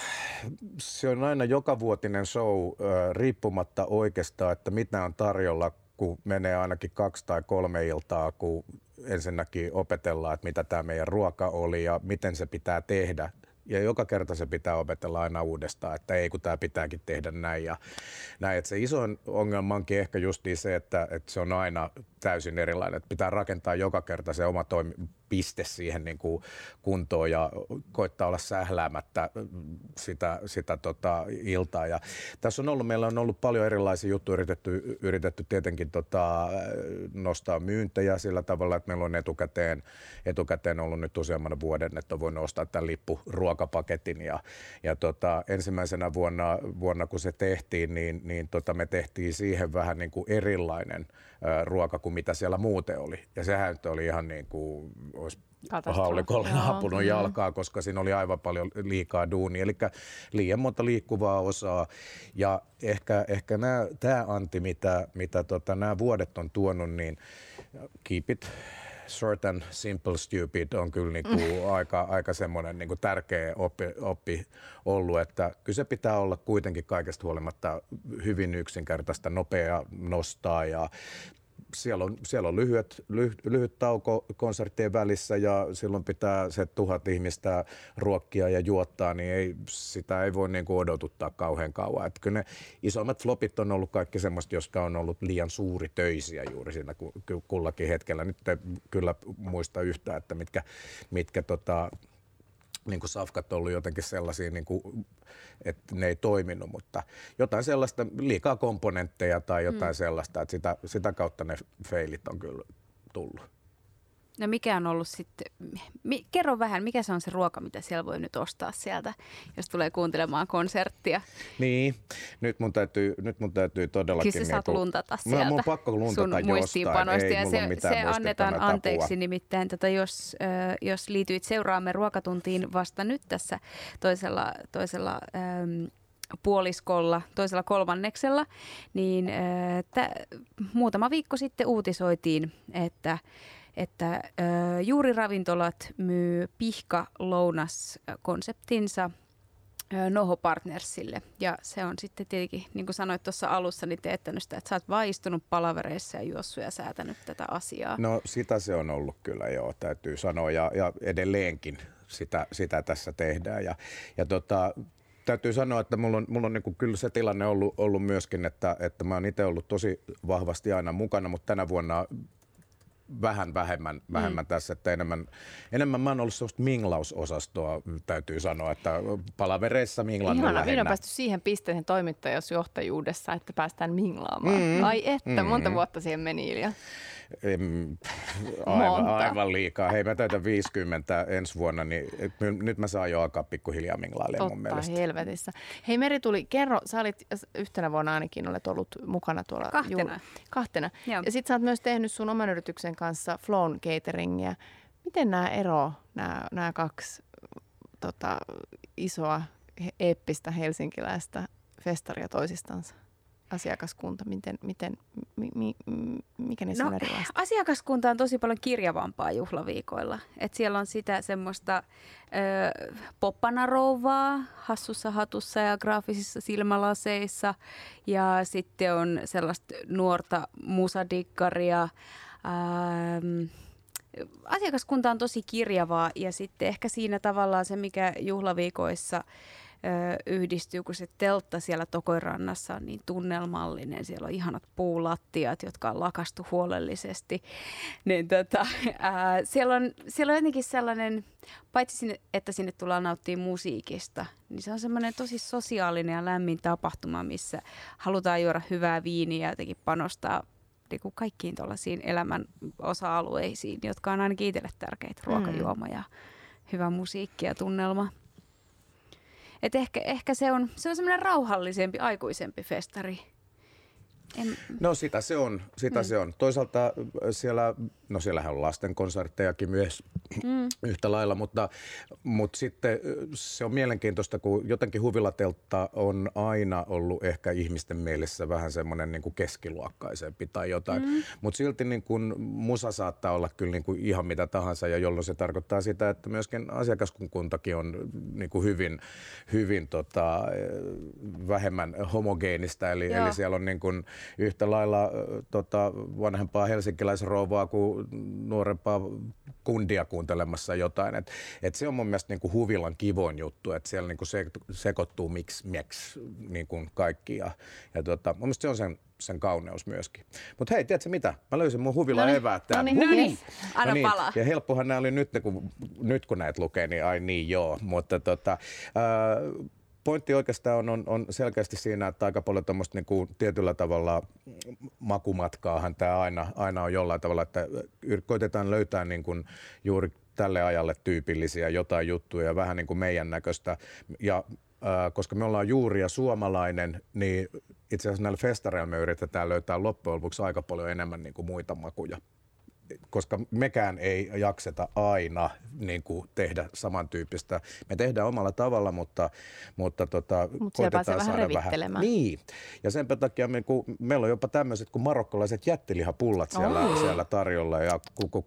se on aina jokavuotinen show uh, riippumatta oikeastaan, että mitä on tarjolla, kun menee ainakin kaksi tai kolme iltaa, kun ensinnäkin opetellaan, että mitä tämä meidän ruoka oli ja miten se pitää tehdä. Ja joka kerta se pitää opetella aina uudestaan, että ei kun tämä pitääkin tehdä näin ja näin. Että se isoin ongelma onkin ehkä justiin se, että, että se on aina täysin erilainen. Että pitää rakentaa joka kerta se oma toimi, piste siihen niin kuin kuntoon ja koittaa olla sähläämättä sitä, sitä tota iltaa. Ja tässä on ollut, meillä on ollut paljon erilaisia juttuja yritetty, yritetty tietenkin tota, nostaa myyntejä sillä tavalla, että meillä on etukäteen, etukäteen ollut nyt useamman vuoden, että on voinut ostaa tämän lippuruokapaketin. Ja, ja tota, ensimmäisenä vuonna, vuonna, kun se tehtiin, niin, niin tota, me tehtiin siihen vähän niin kuin erilainen ä, ruoka kuin mitä siellä muuten oli. Ja sehän oli ihan niin kuin olisi haulikolla naapunut jalkaa, koska siinä oli aivan paljon liikaa duunia, eli liian monta liikkuvaa osaa. Ja ehkä, ehkä tämä Antti, mitä, mitä tota, nämä vuodet on tuonut, niin keep it short and simple stupid on kyllä niinku mm. aika, aika semmoinen niinku tärkeä oppi, oppi ollut, että kyllä se pitää olla kuitenkin kaikesta huolimatta hyvin yksinkertaista, nopea nostaa ja Siellä on, siellä on lyhyet, lyhy, lyhyt tauko konserttien välissä ja silloin pitää se tuhat ihmistä ruokkia ja juottaa, niin ei, sitä ei voi niin kuin odotuttaa kauhean kauan. Että kyllä ne isommat flopit on ollut kaikki semmoista, jotka on ollut liian suuri töisiä juuri siinä kullakin hetkellä. Nyt ei kyllä muista yhtään, että mitkä, mitkä tota, niin kuin safkat on ollut jotenkin sellaisia, niin kuin, että ne ei toiminut, mutta jotain sellaista, liikaa komponentteja tai jotain mm. sellaista, että sitä, sitä kautta ne feilit on kyllä tullut. No mikä on ollut sitten, mi, kerro vähän, mikä se on se ruoka, mitä siellä voi nyt ostaa sieltä, jos tulee kuuntelemaan konserttia? Niin, nyt mun täytyy, nyt mun täytyy todellakin... Kyllä sä saat niin, luntata sieltä mun on pakko luntata sun muistiinpanoista ja se, se annetaan anteeksi nimittäin, tota, jos, äh, jos liityit seuraamme Ruokatuntiin vasta nyt tässä toisella, toisella ähm, puoliskolla, toisella kolmanneksella, niin äh, t- muutama viikko sitten uutisoitiin, että että äh, Juuriravintolat myy pihka-lounas-konseptinsa äh, Noho Partnersille. Ja se on sitten tietenkin, niin kuin sanoit tuossa alussa, niin teettänyt sitä, että sä oot vaan istunut palavereissa ja juossut ja säätänyt tätä asiaa. No sitä se on ollut kyllä, joo, täytyy sanoa. Ja, ja edelleenkin sitä, sitä tässä tehdään. Ja, ja tota, täytyy sanoa, että mulla on, mulla on niin kuin kyllä se tilanne ollut, ollut myöskin, että, että mä oon itse ollut tosi vahvasti aina mukana, mutta tänä vuonna vähän vähemmän, vähemmän mm. tässä, että enemmän, enemmän mä oon ollut sellaista minglausosastoa, täytyy sanoa, että palavereissa minglannu lähinnä. Ihana, on päästy siihen pisteeseen toimittajasjohtajuudessa, että päästään minglaamaan. Mm. Ai että, mm. monta vuotta siihen meni, Ilja. Aivan, aivan liikaa. Hei, mä täytän viisikymmentä ensi vuonna, niin nyt mä saan jo alkaa pikkuhiljaa minglailemaan mun mielestä. Totta helvetissä. Hei Meri tuli, kerro, sä olit yhtenä vuonna ainakin olet ollut mukana tuolla. Kahtena. Ju- kahtena. Joo. Ja sit sä oot myös tehnyt sun oman yrityksen kanssa Flown Cateringia. Miten nämä ero, nämä, nämä kaksi tota, isoa, eeppistä helsinkiläistä festaria toisistansa? Asiakaskunta, miten, miten, mi, mi, mikä niissä no, on erilaista? Asiakaskunta on tosi paljon kirjavampaa juhlaviikoilla. Et siellä on sitä semmoista ö, poppanarouvaa hassussa hatussa ja graafisissa silmälaseissa. Ja sitten on sellaista nuorta musadikkaria. Ähm, asiakaskunta on tosi kirjavaa ja sitten ehkä siinä tavallaan se, mikä juhlaviikoissa yhdistyy, kun se teltta siellä Tokoirannassa on niin tunnelmallinen. Siellä on ihanat puulattiat, jotka on lakastu huolellisesti. Niin tota, ää, siellä, on, siellä on jotenkin sellainen, paitsi sinne, että sinne tullaan nauttia musiikista, niin se on semmoinen tosi sosiaalinen ja lämmin tapahtuma, missä halutaan juoda hyvää viiniä ja jotenkin panostaa niin kuin kaikkiin tuollaisiin elämän osa-alueisiin, jotka on ainakin itselle tärkeitä. Ruokajuoma ja hyvä musiikki ja tunnelma. Et ehkä, ehkä se on, se on semmoinen rauhallisempi, aikuisempi festari. En... No sitä se on, sitä mm. se on. Toisaalta siellä, no siellähän on lastenkonserttejakin myös mm. yhtä lailla, mutta, mutta sitten se on mielenkiintoista, kun jotenkin huvilateltta on aina ollut ehkä ihmisten mielessä vähän semmoinen niin kuin keskiluokkaisempi tai jotain, mm. mutta silti niin kuin musa saattaa olla kyllä niin kuin ihan mitä tahansa, ja jolloin se tarkoittaa sitä, että myöskin asiakaskuntakin on niin kuin hyvin, hyvin tota, vähemmän homogeenista, eli, eli siellä on niin kuin yhtä lailla tota, vanhempaa helsinkiläisrouvaa kuin nuorempaa kundia kuuntelemassa jotain. Et, et se on mun mielestä niinku huvilan kivoin juttu, että siellä niinku se, sekoittuu miksi miksi niinku kaikki. Ja, ja tota, mun mielestä se on sen, sen kauneus myöskin. Mutta hei, tiedätkö mitä? Mä löysin mun huvilan eväät täältä. No niin, anna no niin. palaa. Ja helppohan nämä oli nyt, kun, nyt kun näitä lukee, niin ai niin joo. Mutta tota... Ää, pointti oikeastaan on, on, on selkeästi siinä, että aika paljon tuommoista niin tietyllä tavalla makumatkaahan tämä aina, aina on jollain tavalla, että koitetaan löytää niin kuin juuri tälle ajalle tyypillisiä jotain juttuja, vähän niin kuin meidän näköistä. Ja äh, koska me ollaan juuri ja suomalainen, niin itse asiassa näillä festareilla me yritetään löytää loppujen lopuksi aika paljon enemmän niin kuin muita makuja. Koska mekään ei jakseta aina niin kuin tehdä samantyyppistä. Me tehdään omalla tavalla, mutta, mutta tota, Mut koitetaan vähän saada vähän. Niin. Ja sen takia me, kun, meillä on jopa tämmöiset kuin marokkolaiset jättilihapullat siellä, oh. siellä tarjolla ja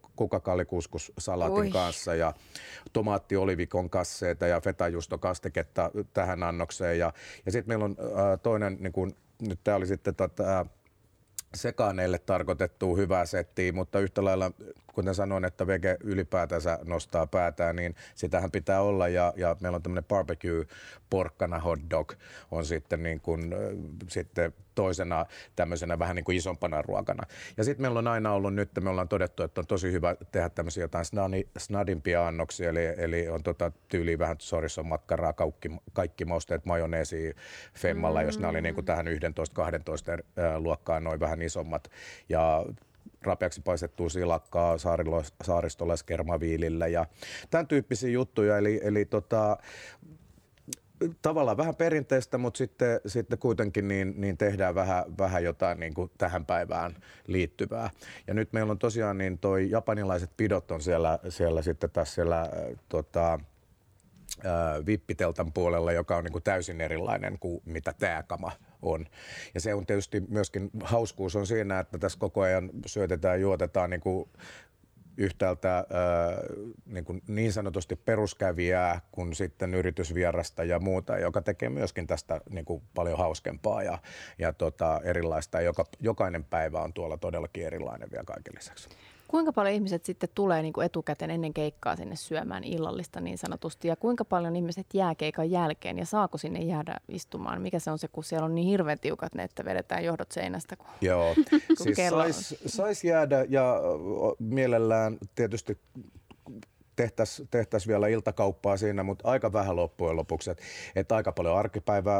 kukakaalikuskusalaatin kanssa ja tomaatti-olivikon kasseita ja fetajuustokastiketta tähän annokseen. Ja, ja sitten meillä on äh, toinen, niin kuin, nyt tämä oli sitten tota, sekaaneille tarkoitettua hyvää settiä, mutta yhtä lailla, kuten sanoin, että vege ylipäätänsä nostaa päätään, niin sitähän pitää olla. Ja, ja meillä on tämmöinen barbecue porkkana hot dog on sitten, niin kuin, sitten toisena tämmöisenä vähän niin kuin isompana ruokana. Ja sitten meillä on aina ollut nyt, me ollaan todettu, että on tosi hyvä tehdä tämmöisiä jotain snadi, snadimpia annoksia, eli, eli on tota tyyliin vähän sorissa makkaraa, kaikki, kaikki mausteet, majoneesia femmalla, mm. jos ne oli niin kuin tähän yksitoista kaksitoista luokkaan noin vähän isommat. Ja rapeaksi paistettua silakkaa saaristolaiskermaviilillä ja tämän tyyppisiä juttuja. Eli, eli tota, tavallaan vähän perinteistä, mutta sitten, sitten kuitenkin niin, niin tehdään vähän, vähän jotain niin kuin tähän päivään liittyvää. Ja nyt meillä on tosiaan niin toi japanilaiset pidot on siellä, siellä sitten tässä siellä tota, ää, vippiteltan puolella, joka on niin kuin täysin erilainen kuin mitä tämä kama on. Ja se on tietysti myöskin hauskuus on siinä, että tässä koko ajan syötetään ja juotetaan niin kuin yhtäältä ää, niin, kuin niin sanotusti peruskävijää kuin sitten yritysvierasta ja muuta, joka tekee myöskin tästä niin kuin paljon hauskempaa ja, ja tota, erilaista. Joka, jokainen päivä on tuolla todellakin erilainen vielä kaiken lisäksi. Kuinka paljon ihmiset sitten tulee niin kuin etukäteen ennen keikkaa sinne syömään illallista niin sanotusti, ja kuinka paljon ihmiset jää keikan jälkeen ja saako sinne jäädä istumaan? Mikä se on se, kun siellä on niin hirveän tiukat ne, että vedetään johdot seinästä? Kun, Joo, kun siis saisi sais jäädä ja mielellään tietysti tehtäisiin tehtäis vielä iltakauppaa siinä, mutta aika vähän loppujen lopuksi. Että et aika paljon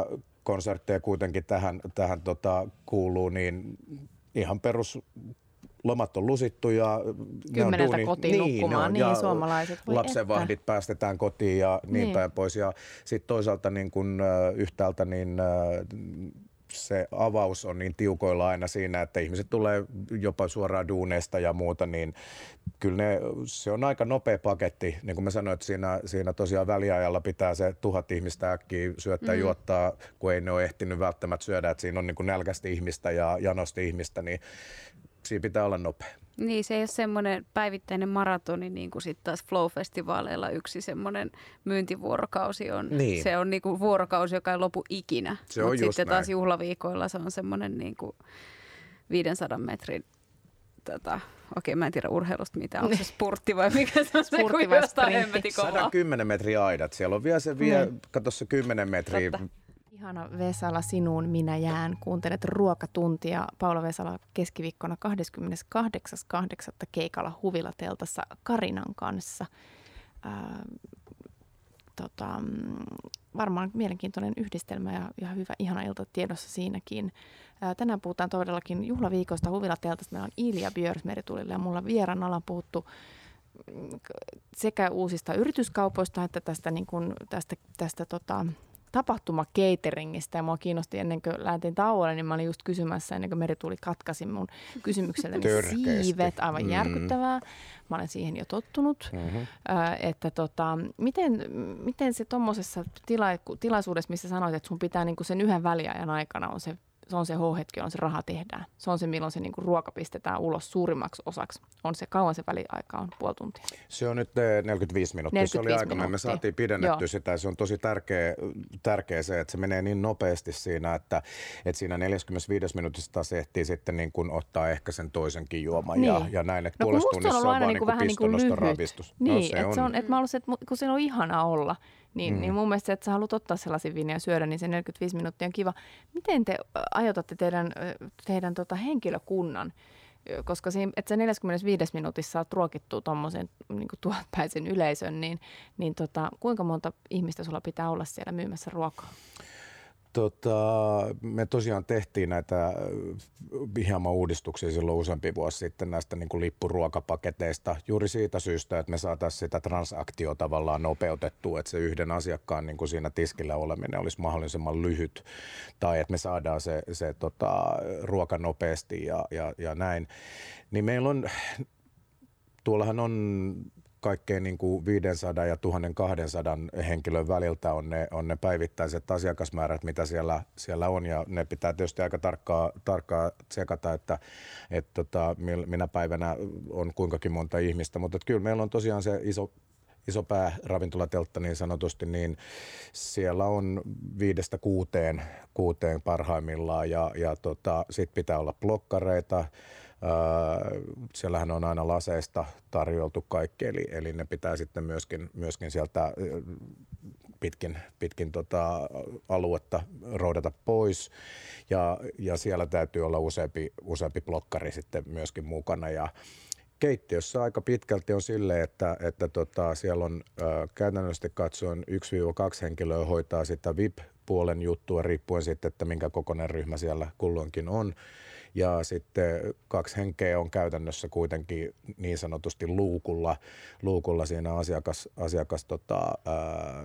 arkipäiväkonsertteja kuitenkin tähän, tähän tota, kuuluu, niin ihan perus lomat on lusittu ja kymmeneltä duuni, kotiin niin, nukkumaan, niin suomalaiset voi lapsenvahdit että. päästetään kotiin ja niin, niin. päin pois. Ja sitten toisaalta niin kun, yhtäältä niin se avaus on niin tiukoilla aina siinä, että ihmiset tulee jopa suoraan duuneista ja muuta, niin kyllä ne, se on aika nopea paketti. Niin kuin mä sanoin, että siinä, siinä tosiaan väliajalla pitää se tuhat ihmistä äkkiä syöttää mm. juottaa, kun ei ne ole ehtinyt välttämättä syödä, että siinä on niin kuin nälkästi ihmistä ja janosti ihmistä, niin siinä pitää olla nopea. Niin, se ei ole semmoinen päivittäinen maratoni, niin kuin sitten taas Flow-festivaaleilla yksi semmoinen myyntivuorokausi on. Niin. Se on niin kuin vuorokausi, joka ei lopu ikinä. Mutta sitten taas näin. Juhlaviikoilla se on semmoinen niin kuin viisisataa metrin, tota, okei mä en tiedä urheilusta mitä, onko se spurtti vai mikä se on se, kun jostain hemmetin kovaa. sata kymmenen metriä aidat, siellä on vielä se, vie, mm. kato se kymmenen metriä. Totta. Ihana Vesala, sinuun minä jään. Kuuntelet Ruokatuntia. Paula Vesala keskiviikkona kahdeskymmeneskahdeksas kahdeksatta keikalla Huvilateltassa Karinan kanssa. Ää, tota, varmaan mielenkiintoinen yhdistelmä ja, ja hyvä, ihana ilta tiedossa siinäkin. Ää, tänään puhutaan todellakin juhlaviikosta Huvilateltasta. Meillä on Ilja Björs meritulilla ja mulla vieraan ollaan puhuttu sekä uusista yrityskaupoista että tästä, niin kuin, tästä, tästä tota, tapahtuma-cateringista ja mua kiinnosti ennen kuin lähdin tauolle, niin mä olin just kysymässä ennen kuin Merituli katkaisi mun kysymykselleni siivet, aivan mm. järkyttävää. Mä olen siihen jo tottunut, mm-hmm. äh, että tota, miten, miten se tuommoisessa tila- tilaisuudessa, missä sanoit, että sun pitää niinku sen yhden väliajan aikana on se Se on se H-hetki, on se raha tehdään. Se on se, milloin se niinku ruoka pistetään ulos suurimmaksi osaksi. On se, kauan se väliaika on, puoli tuntia. Se on nyt neljäkymmentäviisi minuuttia. neljäkymmentäviisi se oli aika, minuuttia. me saatiin pidennettyä Joo. sitä. Se on tosi tärkeä, tärkeä se, että se menee niin nopeasti siinä, että, että siinä neljäkymmentäviisi minuutissa taas ehtii sitten niin kuin ottaa ehkä sen toisenkin juoman niin. ja, ja näin. Että no, puolessa tunnissa on, on vaan niin vähän pistonnosto ravistus. Niin, no, se että on. se on, että mä haluaisin, että kun se on ihana olla, niin, mm. niin mun mielestä se, että sä haluat ottaa sellaisia viiniä ja syödä, niin se neljäkymmentäviisi minuuttia on kiva. Miten te ajoitatte teidän, teidän tota henkilökunnan, koska siinä, että sä neljäkymmentäviisi minuutissa saat ruokittua tuommoisen niin tuhatpäisen yleisön, niin, niin tota, kuinka monta ihmistä sulla pitää olla siellä myymässä ruokaa? Tota, me tosiaan tehtiin näitä hieman-uudistuksia silloin useampi vuosi sitten näistä niin kuin lippuruokapaketeista juuri siitä syystä, että me saataisiin sitä transaktiota tavallaan nopeutettua, että se yhden asiakkaan niin kuin siinä tiskillä oleminen olisi mahdollisimman lyhyt tai että me saadaan se, se tota, ruoka nopeasti ja, ja, ja näin. Niin meillä on, tuollahan on kaikkein niin kuin viisisataa ja tuhatkaksisataa henkilön väliltä on ne, on ne päivittäiset asiakasmäärät, mitä siellä, siellä on. Ja ne pitää tietysti aika tarkkaa, tarkkaa tsekata, että et tota, minä päivänä on kuinkakin monta ihmistä. Mutta kyllä meillä on tosiaan se iso, iso pääravintolateltta niin sanotusti, niin siellä on viidestä kuuteen, kuuteen parhaimmillaan. Ja, ja tota, sitten pitää olla blokkareita. Öö, siellähän on aina laseista tarjoltu kaikki, eli, eli ne pitää sitten myöskin, myöskin sieltä pitkin, pitkin tota aluetta roudata pois. Ja, ja siellä täytyy olla useampi, useampi blokkari sitten myöskin mukana. Ja keittiössä aika pitkälti on silleen, että, että tota, siellä on ö, käytännössä katsoen yksi kaksi henkilöä hoitaa sitä V I P-puolen juttua, riippuen sitten, että minkä kokoinen ryhmä siellä kulloinkin on. Ja sitten kaksi henkeä on käytännössä kuitenkin niin sanotusti luukulla, luukulla siinä asiakas, asiakas tota, ää,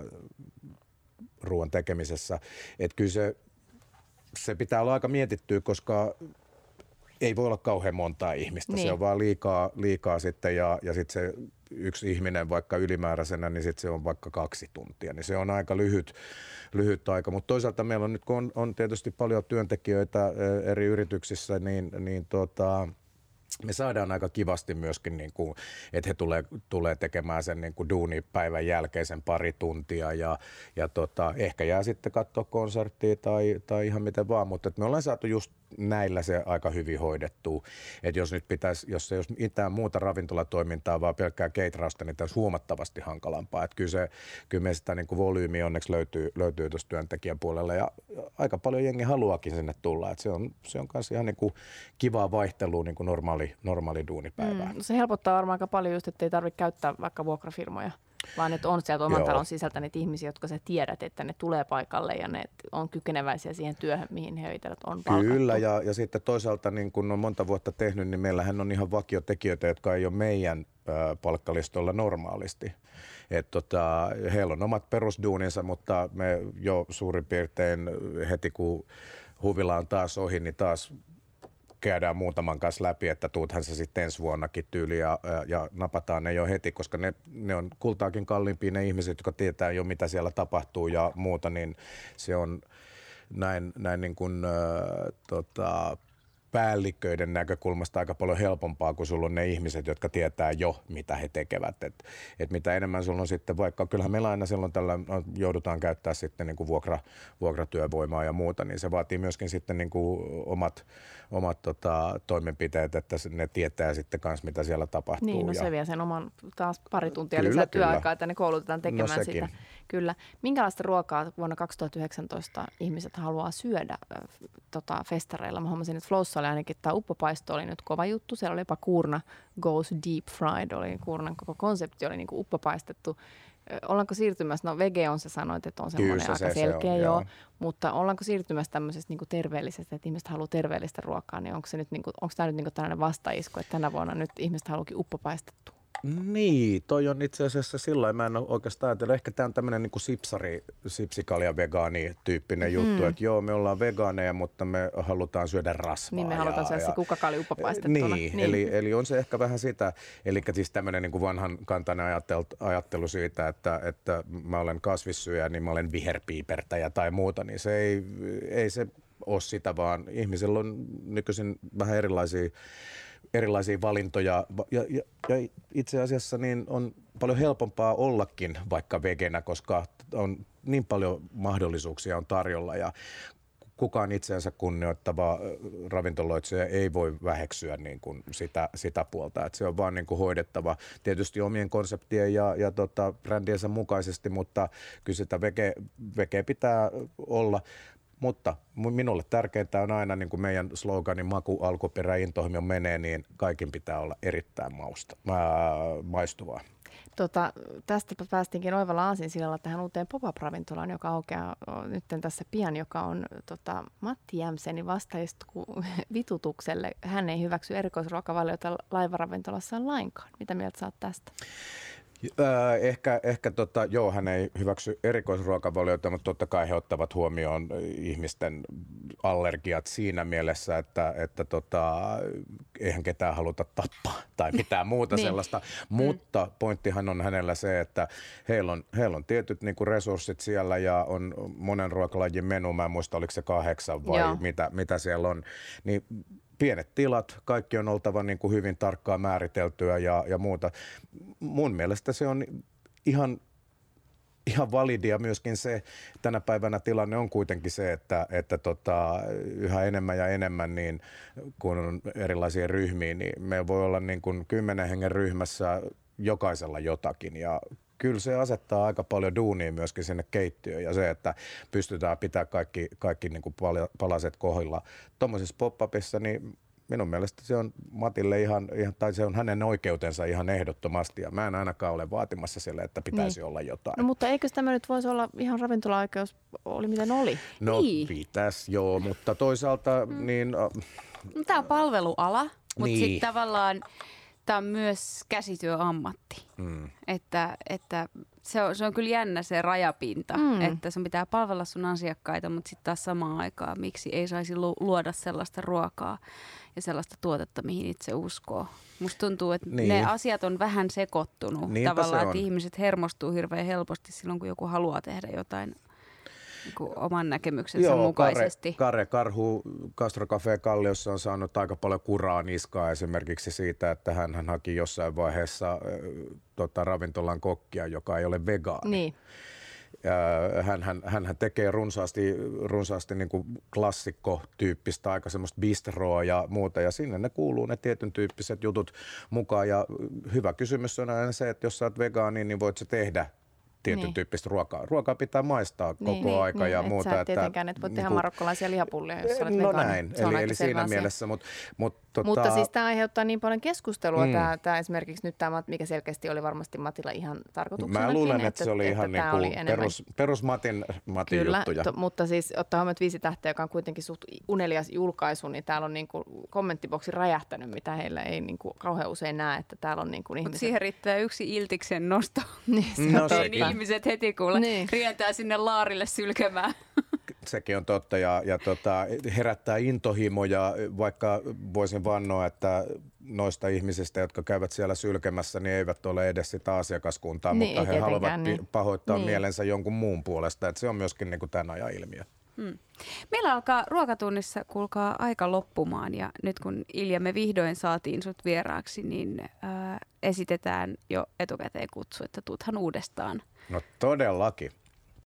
ruoan tekemisessä. Että kyllä se, se pitää olla aika mietittyä, koska ei voi olla kauhean montaa ihmistä. Niin. Se on vaan liikaa, liikaa sitten ja, ja sitten se yksi ihminen vaikka ylimääräisenä, niin sitten se on vaikka kaksi tuntia. Niin se on aika lyhyt, lyhyt aika, mutta toisaalta meillä on nyt, kun on, on tietysti paljon työntekijöitä eri yrityksissä, niin, niin tota, me saadaan aika kivasti myöskin, niin kuin, että he tulee, tulee tekemään sen niin kuin duunipäivän jälkeisen pari tuntia ja, ja tota, ehkä jää sitten katsoa konserttia tai, tai ihan miten vaan, mutta me ollaan saatu just näillä se aika hyvin hoidettua. Että jos nyt pitäisi, jos ei olisi mitään muuta ravintolatoimintaa, vaan pelkkää keitrausta, niin tämä olisi huomattavasti hankalampaa. Että kyllä, se, kyllä me sitä niin kuin volyymiä onneksi löytyy, löytyy tuossa työntekijän puolella ja aika paljon jengi haluaakin sinne tulla. Että se on, se on myös ihan niin kuin kivaa vaihtelua niin kuin normaali, normaali duunipäivää. Mm, no se helpottaa varmaan aika paljon just, että ei tarvitse käyttää vaikka vuokrafirmoja. vaan että on sieltä oman Joo. talon sisältä niitä ihmisiä, jotka sä tiedät, että ne tulee paikalle ja ne on kykeneväisiä siihen työhön, mihin he itsellät on palkattu. Kyllä, ja, ja sitten toisaalta niin kun on monta vuotta tehnyt, niin meillähän on ihan vakiotekijöitä, jotka ei ole meidän äh, palkkalistoilla normaalisti. Et tota, heillä on omat perusduuninsa, mutta me jo suurin piirtein heti kun huvila on taas ohi, niin taas käydään muutaman kanssa läpi, että tuuthan se sitten ensi vuonnakin tyyli ja, ja napataan ne jo heti, koska ne, ne on kultaakin kalliimpia ne ihmiset, jotka tietää jo mitä siellä tapahtuu ja muuta, niin se on näin, näin niin kuin, äh, tota, päälliköiden näkökulmasta aika paljon helpompaa, kun sulla on ne ihmiset, jotka tietää jo, mitä he tekevät. Et, et mitä enemmän sulla on sitten vaikka, kyllähän meillä aina silloin tällä joudutaan käyttää sitten niin kuin vuokra, vuokratyövoimaa ja muuta, niin se vaatii myöskin sitten niin kuin omat, omat tota, toimenpiteet, että ne tietää sitten kanssa, mitä siellä tapahtuu. Niin, no ja... se vie sen oman taas pari tuntia kyllä, lisää työaikaa, kyllä. Että ne koulutetaan tekemään no sitä. Kyllä. Minkälaista ruokaa vuonna kaksituhattayhdeksäntoista ihmiset haluaa syödä äh, tota, festareilla? Mä huomasin, että Flowssa oli ainakin tämä uppopaisto oli nyt kova juttu. Siellä oli jopa kuurna goes deep fried, oli kuurnan koko konsepti oli niin kuin uppopaistettu. Ollaanko siirtymässä, no vege on se sanoit, että on semmoinen aika se selkeä se on, joo, joo, mutta ollaanko siirtymässä tämmöisestä niin kuin terveellisestä, että ihmiset haluaa terveellistä ruokaa, niin onko, se nyt, niin kuin, onko tämä nyt niin kuin tällainen vastaisku, että tänä vuonna nyt ihmiset haluakin uppopaistettua? Niin, toi on itse asiassa sillä mä en ole oikeastaan ajatellut. Ehkä tämä on tämmöinen niin kuin sipsari, sipsikalja vegaani-tyyppinen mm. juttu, että joo, me ollaan vegaaneja, mutta me halutaan syödä rasvaa. Niin, me halutaan syödä se kukkakali uppopaistettuna. Niin, niin. Eli, eli on se ehkä vähän sitä, eli siis tämmöinen niin kuin vanhan kantainen ajattelu, ajattelu siitä, että, että mä olen kasvissyöjä, niin mä olen viherpiipertäjä tai muuta, niin se ei, ei se ole sitä, vaan ihmisillä on nykyisin vähän erilaisia erilaisia valintoja ja, ja, ja itse asiassa niin on paljon helpompaa ollakin vaikka vegenä, koska on niin paljon mahdollisuuksia on tarjolla ja kukaan itseänsä kunnioittava ravintoloitsija ei voi väheksyä niin kuin sitä, sitä puolta, että se on vaan niin kuin hoidettava tietysti omien konseptien ja, ja tota, brändiensä mukaisesti, mutta kyllä sitä vege, vegeä pitää olla. Mutta minulle tärkeintä on aina, niin kuin meidän sloganin maku, alkuperä, intohimo menee, niin kaikin pitää olla erittäin mausta, ää, maistuvaa. Tota, tästä päästinkin oivalla aasinsilalla tähän uuteen pop-up-ravintolaan, joka aukeaa nyt tässä pian, joka on tota, Matti Jämsenin vastaistu vitutukselle. Hän ei hyväksy erikoisruokavaliota laivaravintolassaan lainkaan. Mitä mieltä sä oot tästä? Äh, ehkä, ehkä tota, joo, hän ei hyväksy erikoisruokavaliota, mutta totta kai he ottavat huomioon ihmisten allergiat siinä mielessä, että, että tota, eihän ketään haluta tappaa tai mitään muuta niin. sellaista. Mutta pointtihan on hänellä se, että heillä on, heillä on tietyt niinku resurssit siellä ja on monen ruokalajin menu, mä en muista oliko se kahdeksan vai mitä, mitä siellä on, niin pienet tilat, kaikki on oltava niin kuin hyvin tarkkaan määriteltyä ja, ja muuta. Mun mielestä se on ihan, ihan validia myöskin se, tänä päivänä tilanne on kuitenkin se, että, että tota, yhä enemmän ja enemmän niin, kun on erilaisia ryhmiä, niin meillä voi olla niin kuin kymmenen hengen ryhmässä jokaisella jotakin ja kyllä se asettaa aika paljon duunia myöskin sinne keittiöön ja se, että pystytään pitämään kaikki, kaikki niin kuin palaset kohdilla. Tuommoisessa pop-upissa niin minun mielestä se on Matille ihan, ihan, tai se on hänen oikeutensa ihan ehdottomasti ja mä en ainakaan ole vaatimassa sille, että pitäisi niin. olla jotain. No mutta eikö tämä nyt voisi olla ihan ravintolaoikeus, oli miten oli? No niin. pitäisi joo, mutta toisaalta mm. niin... Uh, tämä on palveluala, mutta niin. sitten tavallaan tämä on myös käsityöammatti, mm. että, että se, on, se on kyllä jännä se rajapinta, mm. että sun pitää palvella sun asiakkaita, mutta sitten taas samaan aikaan, miksi ei saisi luoda sellaista ruokaa ja sellaista tuotetta, mihin itse uskoo. Musta tuntuu, että niin. ne asiat on vähän sekoittunut Niinpä tavallaan, että ihmiset hermostuu hirveän helposti silloin, kun joku haluaa tehdä jotain niin oman näkemyksensä Joo, mukaisesti. Kare, Kare Karhu Castro Café Kalliossa on saanut aika paljon kuraa niskaa esimerkiksi siitä, että hän, hän haki jossain vaiheessa äh, tota, ravintolan kokkia, joka ei ole vegaani. Niin. Hän, hän, hän tekee runsaasti, runsaasti niin kuin klassikkotyyppistä, aika semmoista bistroa ja muuta, ja sinne ne kuuluu ne tietyn tyyppiset jutut mukaan. Ja hyvä kysymys on aina se, että jos sä oot vegaani, niin voit sä tehdä tietyn niin. tyyppistä ruokaa. Ruokaa pitää maistaa niin, koko aika niin, ja et muuta. Sä et tietenkään et voi tehdä niin marokkolaisia lihapullia, jos olet no vegaani. näin, eli, eli siinä asia. mielessä. Mut, mut, tota... Mutta siis tämä aiheuttaa niin paljon keskustelua, mm. tämä, tämä esimerkiksi nyt tämä, mikä selkeästi oli varmasti Matilla ihan tarkoituksenakin. Mä luulen, että, että se oli että, ihan niin kuin perus, perus Matin, Matin Kyllä, juttuja. To, mutta siis ottaa huomioon viisi tähteä, joka on kuitenkin suht unelias julkaisu, niin täällä on niin kuin kommenttiboksi räjähtänyt, mitä heillä ei niin kuin kauhean usein näe, että täällä on niin kuin ihmiset... Siihen riittää yksi Iltiksen nosto. niin, no, niin ihmiset heti kuule niin. rientää sinne laarille sylkemään. Sekin on totta ja, ja tota, herättää intohimoja, vaikka voisin vannoa, että noista ihmisistä, jotka käyvät siellä sylkemässä, niin eivät ole edes sitä asiakaskuntaa, niin, mutta he haluavat niin. pahoittaa niin. mielensä jonkun muun puolesta. Että se on myöskin niin kuin tämän ajan ilmiö. Hmm. Meillä alkaa ruokatunnissa, kuulkaa, aika loppumaan ja nyt kun Ilja me vihdoin saatiin sut vieraaksi, niin ää, esitetään jo etukäteen kutsu, että tuuthan uudestaan. No todellakin.